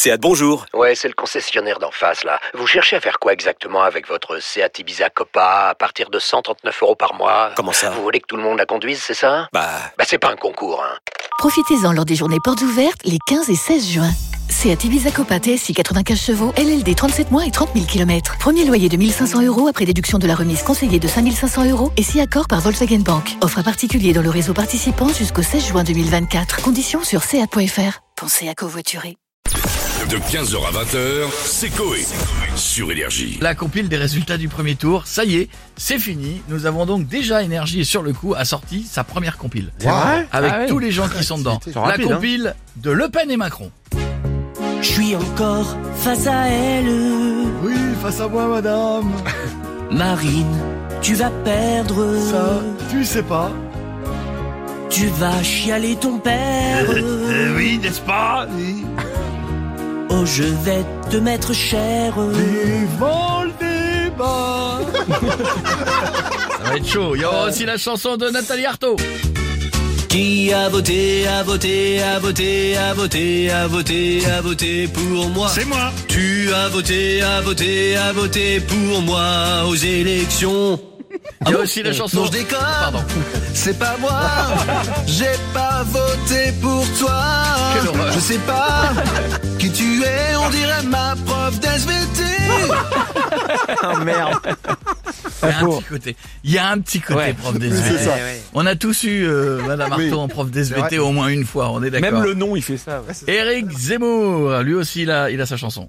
Seat, bonjour. Ouais, c'est le concessionnaire d'en face, là. Vous cherchez à faire quoi exactement avec votre Seat Ibiza Copa à partir de 139 € par mois? Comment ça? Vous voulez que tout le monde la conduise, c'est ça? Bah, c'est pas un concours, hein. Profitez-en lors des journées portes ouvertes les 15 et 16 juin. Seat Ibiza Copa TSI 95 chevaux, LLD 37 mois et 30 000 km. Premier loyer de 1 500 € après déduction de la remise conseillée de 5 500 € et si accord par Volkswagen Bank. Offre à particulier dans le réseau participant jusqu'au 16 juin 2024. Conditions sur seat.fr. Pensez à covoiturer. De 15h à 20h, c'est Coé sur Énergie. La compile des résultats du premier tour, ça y est, c'est fini. Nous avons donc déjà Énergie sur le coup a sorti sa première compile. Avec tous les gens qui sont dedans. La compile de Le Pen et Macron. Je suis encore face à elle. Oui, face à moi, madame. Marine, tu vas perdre. Ça, tu sais pas. Tu vas chialer ton père. Oui, n'est-ce pas? Oui. Oh, je vais te mettre cher. Vivement le débat. Ça va être chaud. Il y aura aussi la chanson de Nathalie Arthaud. Qui a voté, a voté, a voté, a voté, a voté, a voté pour moi? C'est moi. Tu as voté, a voté, a voté pour moi aux élections. Il y a aussi la chanson. Non, je déconne. Pardon. C'est pas moi. J'ai pas voté pour toi. Quelle horreur. Je sais pas qui tu es. On dirait ma prof d'SVT. Oh merde. Il y a un petit côté prof d'SVT. On a tous eu Madame Arthaud en prof d'SVT au moins une fois, on est d'accord. Même le nom, il fait ça. Éric Zemmour, lui aussi il a sa chanson.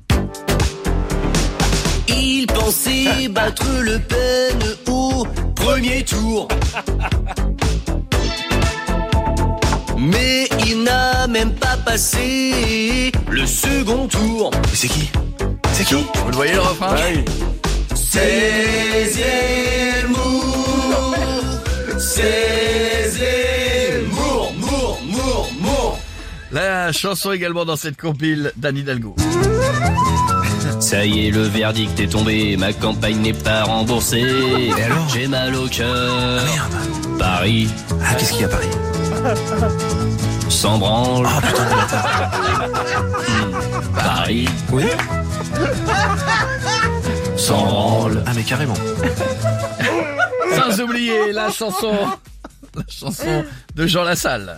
Il pensait battre Le Pen au premier tour. Mais il n'a même pas passé le second tour. Mais c'est qui? C'est qui? Vous le voyez le refrain? Oui. 16e Mour, 16e Mour. La chanson également dans cette compile d'Anne Hidalgo. Ça y est, le verdict est tombé, ma campagne n'est pas remboursée. Et alors? J'ai mal au cœur. Ah merde. Paris. Ah, qu'est-ce qu'il y a à Paris? Sans branle. Ah putain de bâtard. Paris. Oui. Sans branle. Ah mais carrément. Sans oublier la chanson de Jean Lassalle.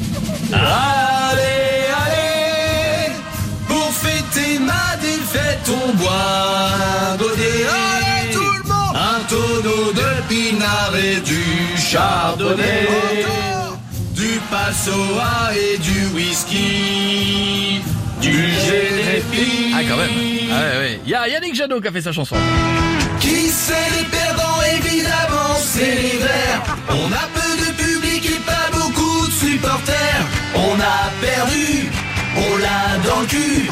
Allez, allez, pour fêter ma défaite, on boit un godet. Allez, tout le monde. Un tonneau de pinard et du chardonnay, du passoa et du whisky, du génépi. Ah quand même. Ah ouais. Il y a Yannick Jadot qui a fait sa chanson. Qui c'est les perdants? Évidemment, c'est les Verts. On a peu de public et pas beaucoup de supporters. On a perdu, on l'a dans le cul.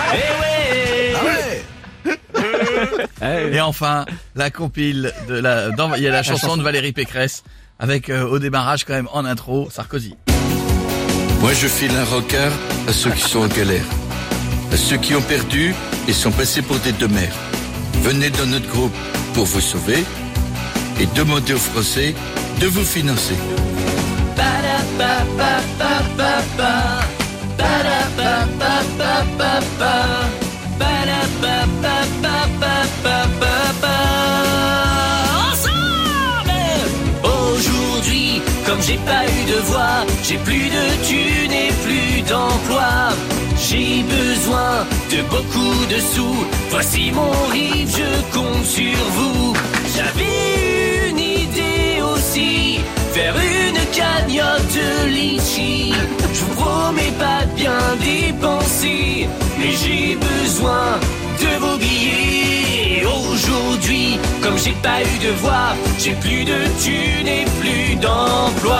Et enfin, la compile il y a la chanson de Valérie Pécresse avec au démarrage quand même en intro Sarkozy. Moi je file un rencard à ceux qui sont en galère, à ceux qui ont perdu et sont passés pour des demeures. Venez dans notre groupe pour vous sauver et demandez aux Français de vous financer. Aujourd'hui, comme j'ai pas eu de voix, j'ai plus de thunes et plus d'emploi. J'ai besoin de beaucoup de sous. Voici mon riff, je compte sur vous. J'avais une idée aussi, faire une cagnotte de litchi. Je vous promets pas de bien dépenser, mais j'ai besoin de vos billets. Aujourd'hui, comme j'ai pas eu de voix, j'ai plus de thunes et plus d'emploi.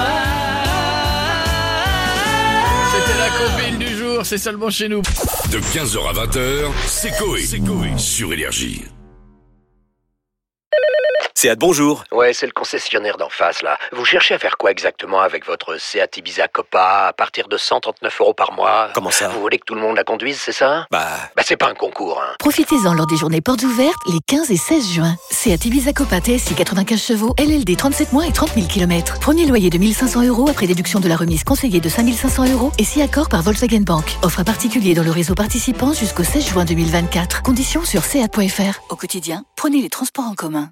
C'était la compile du jour, c'est seulement chez nous. De 15h à 20h, c'est Coé sur Énergie. Seat, bonjour. Ouais, c'est le concessionnaire d'en face, là. Vous cherchez à faire quoi exactement avec votre Seat Ibiza Copa à partir de 139 € par mois? Comment ça? Vous voulez que tout le monde la conduise, c'est ça? Bah, c'est pas un concours, hein. Profitez-en lors des journées portes ouvertes les 15 et 16 juin. Seat Ibiza Copa TSI 95 chevaux, LLD 37 mois et 30 000 km. Premier loyer de 1 500 € après déduction de la remise conseillée de 5 500 € et si accord par Volkswagen Bank. Offre à particulier dans le réseau participant jusqu'au 16 juin 2024. Conditions sur seat.fr. Au quotidien, prenez les transports en commun.